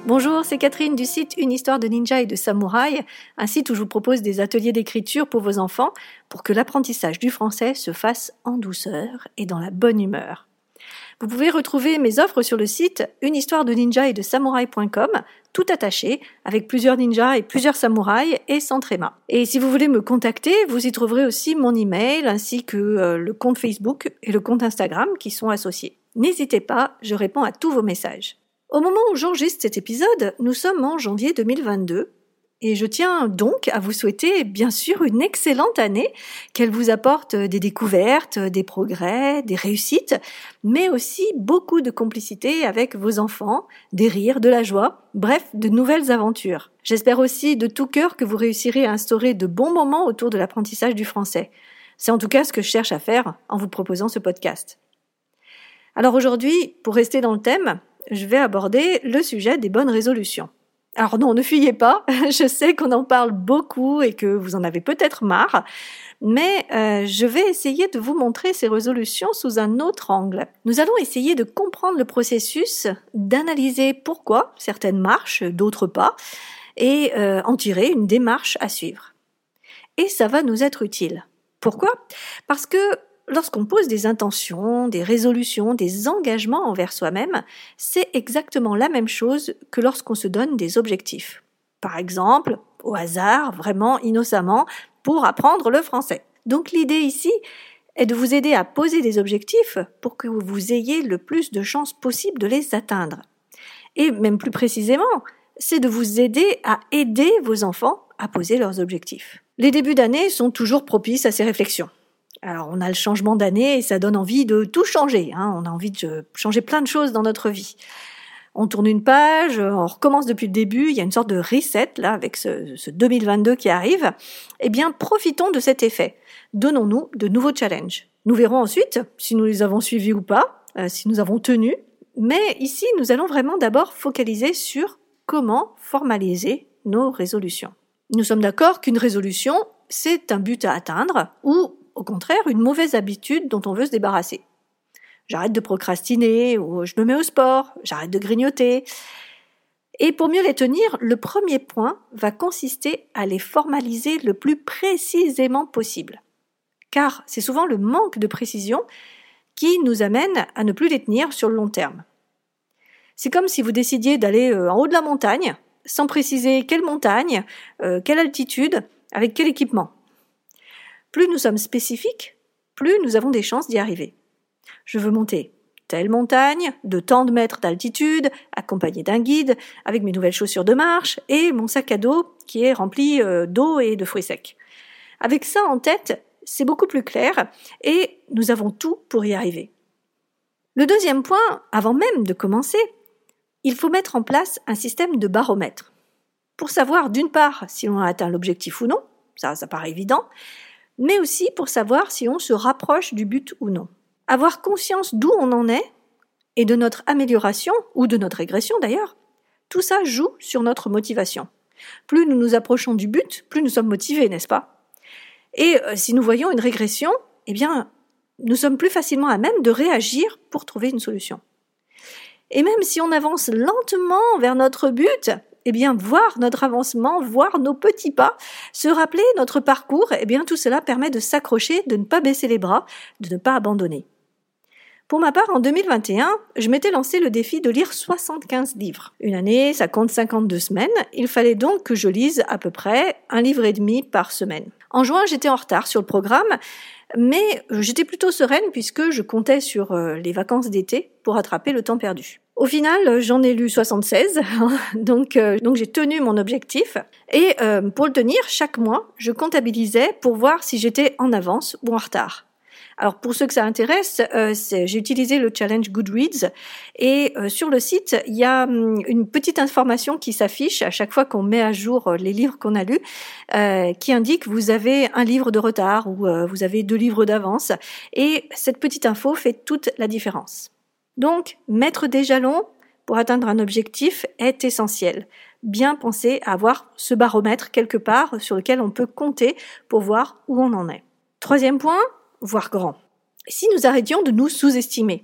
Bonjour, c'est Catherine du site Une histoire de ninja et de samouraï, un site où je vous propose des ateliers d'écriture pour vos enfants pour que l'apprentissage du français se fasse en douceur et dans la bonne humeur. Vous pouvez retrouver mes offres sur le site unehistoiredeninja et de samouraï.com, tout attaché, avec plusieurs ninjas et plusieurs samouraïs et sans tréma. Et si vous voulez me contacter, vous y trouverez aussi mon email ainsi que le compte Facebook et le compte Instagram qui sont associés. N'hésitez pas, je réponds à tous vos messages. Au moment où j'enregistre cet épisode, nous sommes en janvier 2022 et je tiens donc à vous souhaiter bien sûr une excellente année, qu'elle vous apporte des découvertes, des progrès, des réussites, mais aussi beaucoup de complicité avec vos enfants, des rires, de la joie, bref, de nouvelles aventures. J'espère aussi de tout cœur que vous réussirez à instaurer de bons moments autour de l'apprentissage du français. C'est en tout cas ce que je cherche à faire en vous proposant ce podcast. Alors aujourd'hui, pour rester dans le thème, je vais aborder le sujet des bonnes résolutions. Alors non, ne fuyez pas, je sais qu'on en parle beaucoup et que vous en avez peut-être marre, mais je vais essayer de vous montrer ces résolutions sous un autre angle. Nous allons essayer de comprendre le processus, d'analyser pourquoi certaines marchent, d'autres pas, et en tirer une démarche à suivre. Et ça va nous être utile. Pourquoi ? Parce que lorsqu'on pose des intentions, des résolutions, des engagements envers soi-même, c'est exactement la même chose que lorsqu'on se donne des objectifs. Par exemple, au hasard, vraiment innocemment, pour apprendre le français. Donc l'idée ici est de vous aider à poser des objectifs pour que vous ayez le plus de chances possible de les atteindre. Et même plus précisément, c'est de vous aider à aider vos enfants à poser leurs objectifs. Les débuts d'année sont toujours propices à ces réflexions. Alors, on a le changement d'année et ça donne envie de tout changer. On a envie de changer plein de choses dans notre vie. On tourne une page, on recommence depuis le début, il y a une sorte de reset là avec ce 2022 qui arrive. Eh bien, profitons de cet effet. Donnons-nous de nouveaux challenges. Nous verrons ensuite si nous les avons suivis ou pas, si nous avons tenu. Mais ici, nous allons vraiment d'abord focaliser sur comment formaliser nos résolutions. Nous sommes d'accord qu'une résolution, c'est un but à atteindre ou au contraire, une mauvaise habitude dont on veut se débarrasser. J'arrête de procrastiner, ou je me mets au sport, j'arrête de grignoter. Et pour mieux les tenir, le premier point va consister à les formaliser le plus précisément possible. Car c'est souvent le manque de précision qui nous amène à ne plus les tenir sur le long terme. C'est comme si vous décidiez d'aller en haut de la montagne, sans préciser quelle montagne, quelle altitude, avec quel équipement. Plus nous sommes spécifiques, plus nous avons des chances d'y arriver. Je veux monter telle montagne, de tant de mètres d'altitude, accompagné d'un guide, avec mes nouvelles chaussures de marche et mon sac à dos qui est rempli d'eau et de fruits secs. Avec ça en tête, c'est beaucoup plus clair et nous avons tout pour y arriver. Le deuxième point, avant même de commencer, il faut mettre en place un système de baromètre. Pour savoir d'une part si on a atteint l'objectif ou non, ça paraît évident, mais aussi pour savoir si on se rapproche du but ou non. Avoir conscience d'où on en est, et de notre amélioration, ou de notre régression d'ailleurs, tout ça joue sur notre motivation. Plus nous nous approchons du but, plus nous sommes motivés, n'est-ce pas ? Et si nous voyons une régression, eh bien, nous sommes plus facilement à même de réagir pour trouver une solution. Et même si on avance lentement vers notre but, eh bien, voir notre avancement, voir nos petits pas, se rappeler notre parcours, eh bien, tout cela permet de s'accrocher, de ne pas baisser les bras, de ne pas abandonner. Pour ma part, en 2021, je m'étais lancé le défi de lire 75 livres. Une année, ça compte 52 semaines, il fallait donc que je lise à peu près 1,5 livre par semaine. En juin, j'étais en retard sur le programme, mais j'étais plutôt sereine puisque je comptais sur les vacances d'été pour rattraper le temps perdu. Au final, j'en ai lu 76, donc j'ai tenu mon objectif. Et pour le tenir, chaque mois, je comptabilisais pour voir si j'étais en avance ou en retard. Alors pour ceux que ça intéresse, j'ai utilisé le challenge Goodreads et sur le site, il y a une petite information qui s'affiche à chaque fois qu'on met à jour les livres qu'on a lus, qui indique vous avez 1 livre de retard ou vous avez 2 livres d'avance et cette petite info fait toute la différence. Donc, mettre des jalons pour atteindre un objectif est essentiel. Bien penser à avoir ce baromètre quelque part sur lequel on peut compter pour voir où on en est. Troisième point, voir grand. Si nous arrêtions de nous sous-estimer,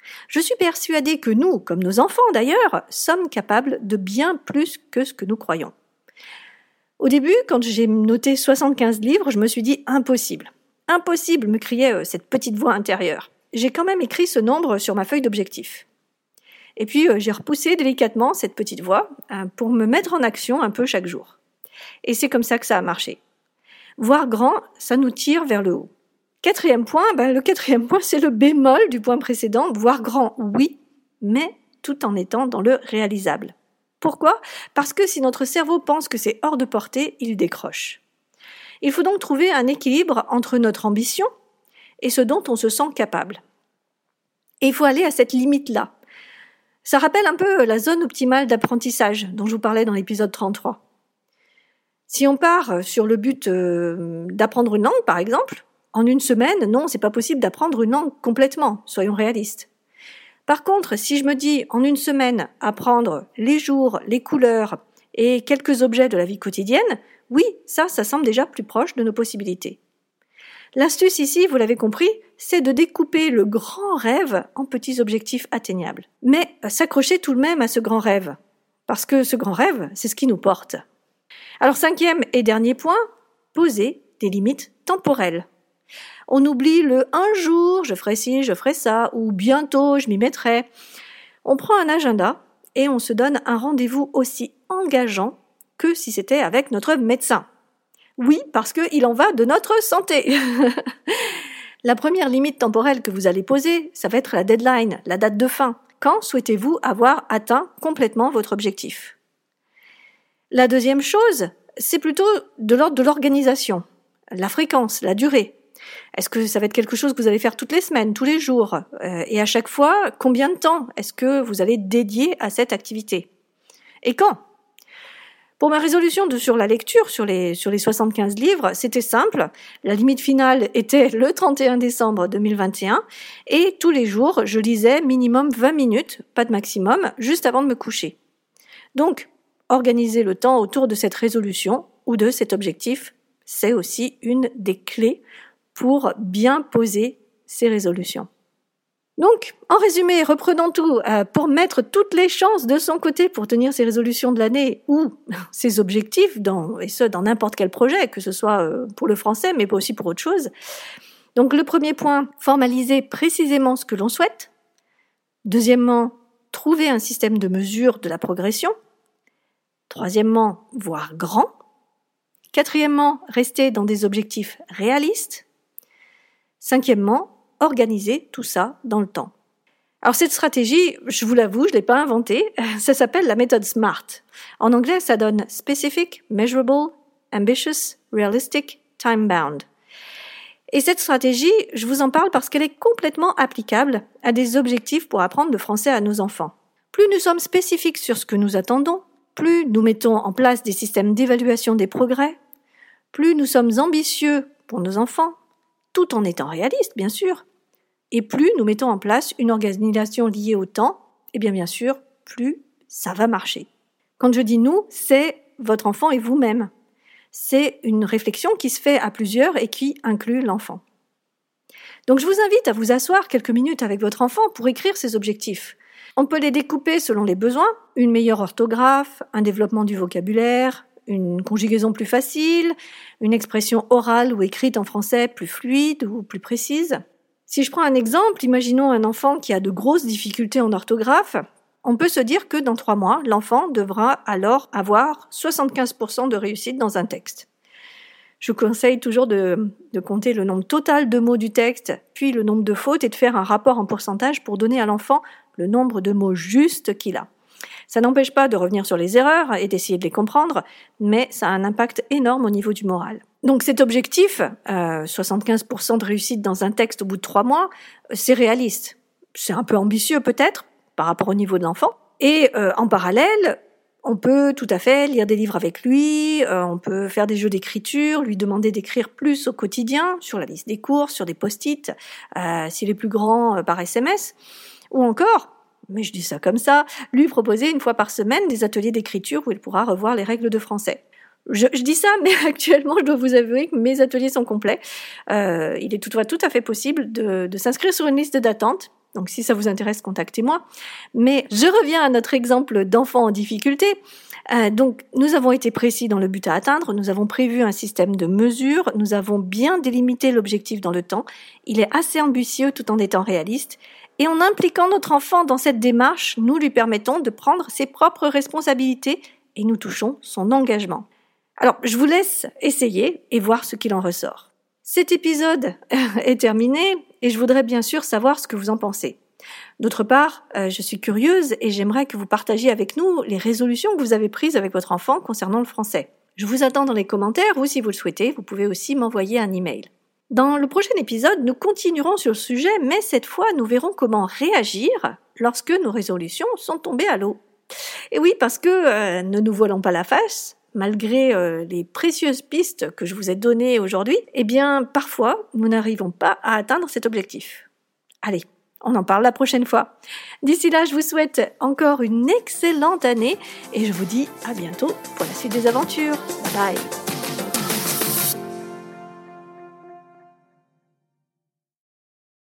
Je suis persuadée que nous, comme nos enfants d'ailleurs, sommes capables de bien plus que ce que nous croyons. Au début, quand j'ai noté 75 livres, je me suis dit « impossible ». « Impossible », me criait cette petite voix intérieure. J'ai quand même écrit ce nombre sur ma feuille d'objectifs. Et puis, j'ai repoussé délicatement cette petite voix pour me mettre en action un peu chaque jour. Et c'est comme ça que ça a marché. Voir grand, ça nous tire vers le haut. Quatrième point, le quatrième point, c'est le bémol du point précédent. Voir grand, oui, mais tout en étant dans le réalisable. Pourquoi ? Parce que si notre cerveau pense que c'est hors de portée, il décroche. Il faut donc trouver un équilibre entre notre ambition et ce dont on se sent capable. Et il faut aller à cette limite-là. Ça rappelle un peu la zone optimale d'apprentissage dont je vous parlais dans l'épisode 33. Si on part sur le but d'apprendre une langue, par exemple, en une semaine, non, c'est pas possible d'apprendre une langue complètement, soyons réalistes. Par contre, si je me dis en une semaine apprendre les jours, les couleurs et quelques objets de la vie quotidienne, oui, ça semble déjà plus proche de nos possibilités. L'astuce ici, vous l'avez compris, c'est de découper le grand rêve en petits objectifs atteignables. Mais s'accrocher tout de même à ce grand rêve, parce que ce grand rêve, c'est ce qui nous porte. Alors, cinquième et dernier point, poser des limites temporelles. On oublie le « un jour, je ferai ci, je ferai ça » ou « bientôt, je m'y mettrai ». On prend un agenda et on se donne un rendez-vous aussi engageant que si c'était avec notre médecin. Oui, parce qu'il en va de notre santé. La première limite temporelle que vous allez poser, ça va être la deadline, la date de fin. Quand souhaitez-vous avoir atteint complètement votre objectif ? La deuxième chose, c'est plutôt de l'ordre de l'organisation, la fréquence, la durée. Est-ce que ça va être quelque chose que vous allez faire toutes les semaines, tous les jours ? Et à chaque fois, combien de temps est-ce que vous allez dédier à cette activité ? Et quand ? Pour ma résolution sur la lecture, sur les 75 livres, c'était simple. La limite finale était le 31 décembre 2021 et tous les jours, je lisais minimum 20 minutes, pas de maximum, juste avant de me coucher. Donc, organiser le temps autour de cette résolution ou de cet objectif, c'est aussi une des clés pour bien poser ces résolutions. Donc, en résumé, reprenons tout, pour mettre toutes les chances de son côté pour tenir ses résolutions de l'année ou ses objectifs, et ce, dans n'importe quel projet, que ce soit pour le français, mais pas aussi pour autre chose. Donc, le premier point, formaliser précisément ce que l'on souhaite. Deuxièmement, trouver un système de mesure de la progression. Troisièmement, voir grand. Quatrièmement, rester dans des objectifs réalistes. Cinquièmement, organiser tout ça dans le temps. Alors cette stratégie, je vous l'avoue, je ne l'ai pas inventée, ça s'appelle la méthode SMART. En anglais, ça donne Specific, Measurable, Ambitious, Realistic, Time-Bound. Et cette stratégie, je vous en parle parce qu'elle est complètement applicable à des objectifs pour apprendre le français à nos enfants. Plus nous sommes spécifiques sur ce que nous attendons, plus nous mettons en place des systèmes d'évaluation des progrès, plus nous sommes ambitieux pour nos enfants, tout en étant réalistes, bien sûr, et plus nous mettons en place une organisation liée au temps, et bien sûr, plus ça va marcher. Quand je dis nous, c'est votre enfant et vous-même. C'est une réflexion qui se fait à plusieurs et qui inclut l'enfant. Donc je vous invite à vous asseoir quelques minutes avec votre enfant pour écrire ses objectifs. On peut les découper selon les besoins, une meilleure orthographe, un développement du vocabulaire, une conjugaison plus facile, une expression orale ou écrite en français plus fluide ou plus précise. Si je prends un exemple, imaginons un enfant qui a de grosses difficultés en orthographe, on peut se dire que dans 3 mois, l'enfant devra alors avoir 75% de réussite dans un texte. Je vous conseille toujours de compter le nombre total de mots du texte, puis le nombre de fautes et de faire un rapport en pourcentage pour donner à l'enfant le nombre de mots justes qu'il a. Ça n'empêche pas de revenir sur les erreurs et d'essayer de les comprendre, mais ça a un impact énorme au niveau du moral. Donc cet objectif, 75% de réussite dans un texte au bout de 3 mois, c'est réaliste. C'est un peu ambitieux peut-être par rapport au niveau de l'enfant. Et en parallèle, on peut tout à fait lire des livres avec lui, on peut faire des jeux d'écriture, lui demander d'écrire plus au quotidien, sur la liste des courses, sur des post-it, s'il est plus grand, par SMS, ou encore, mais je dis ça comme ça, lui proposer 1 fois par semaine des ateliers d'écriture où il pourra revoir les règles de français. Je dis ça, mais actuellement, je dois vous avouer que mes ateliers sont complets. Il est toutefois tout à fait possible de s'inscrire sur une liste d'attente. Donc si ça vous intéresse, contactez-moi. Mais je reviens à notre exemple d'enfant en difficulté. Donc nous avons été précis dans le but à atteindre, nous avons prévu un système de mesure, nous avons bien délimité l'objectif dans le temps, il est assez ambitieux tout en étant réaliste, et en impliquant notre enfant dans cette démarche, nous lui permettons de prendre ses propres responsabilités et nous touchons son engagement. Alors, je vous laisse essayer et voir ce qu'il en ressort. Cet épisode est terminé et je voudrais bien sûr savoir ce que vous en pensez. D'autre part, je suis curieuse et j'aimerais que vous partagiez avec nous les résolutions que vous avez prises avec votre enfant concernant le français. Je vous attends dans les commentaires ou si vous le souhaitez, vous pouvez aussi m'envoyer un email. Dans le prochain épisode, nous continuerons sur le sujet, mais cette fois, nous verrons comment réagir lorsque nos résolutions sont tombées à l'eau. Et oui, parce que ne nous voilons pas la face, malgré les précieuses pistes que je vous ai données aujourd'hui, eh bien, parfois, nous n'arrivons pas à atteindre cet objectif. Allez, on en parle la prochaine fois. D'ici là, je vous souhaite encore une excellente année et je vous dis à bientôt pour la suite des aventures. Bye!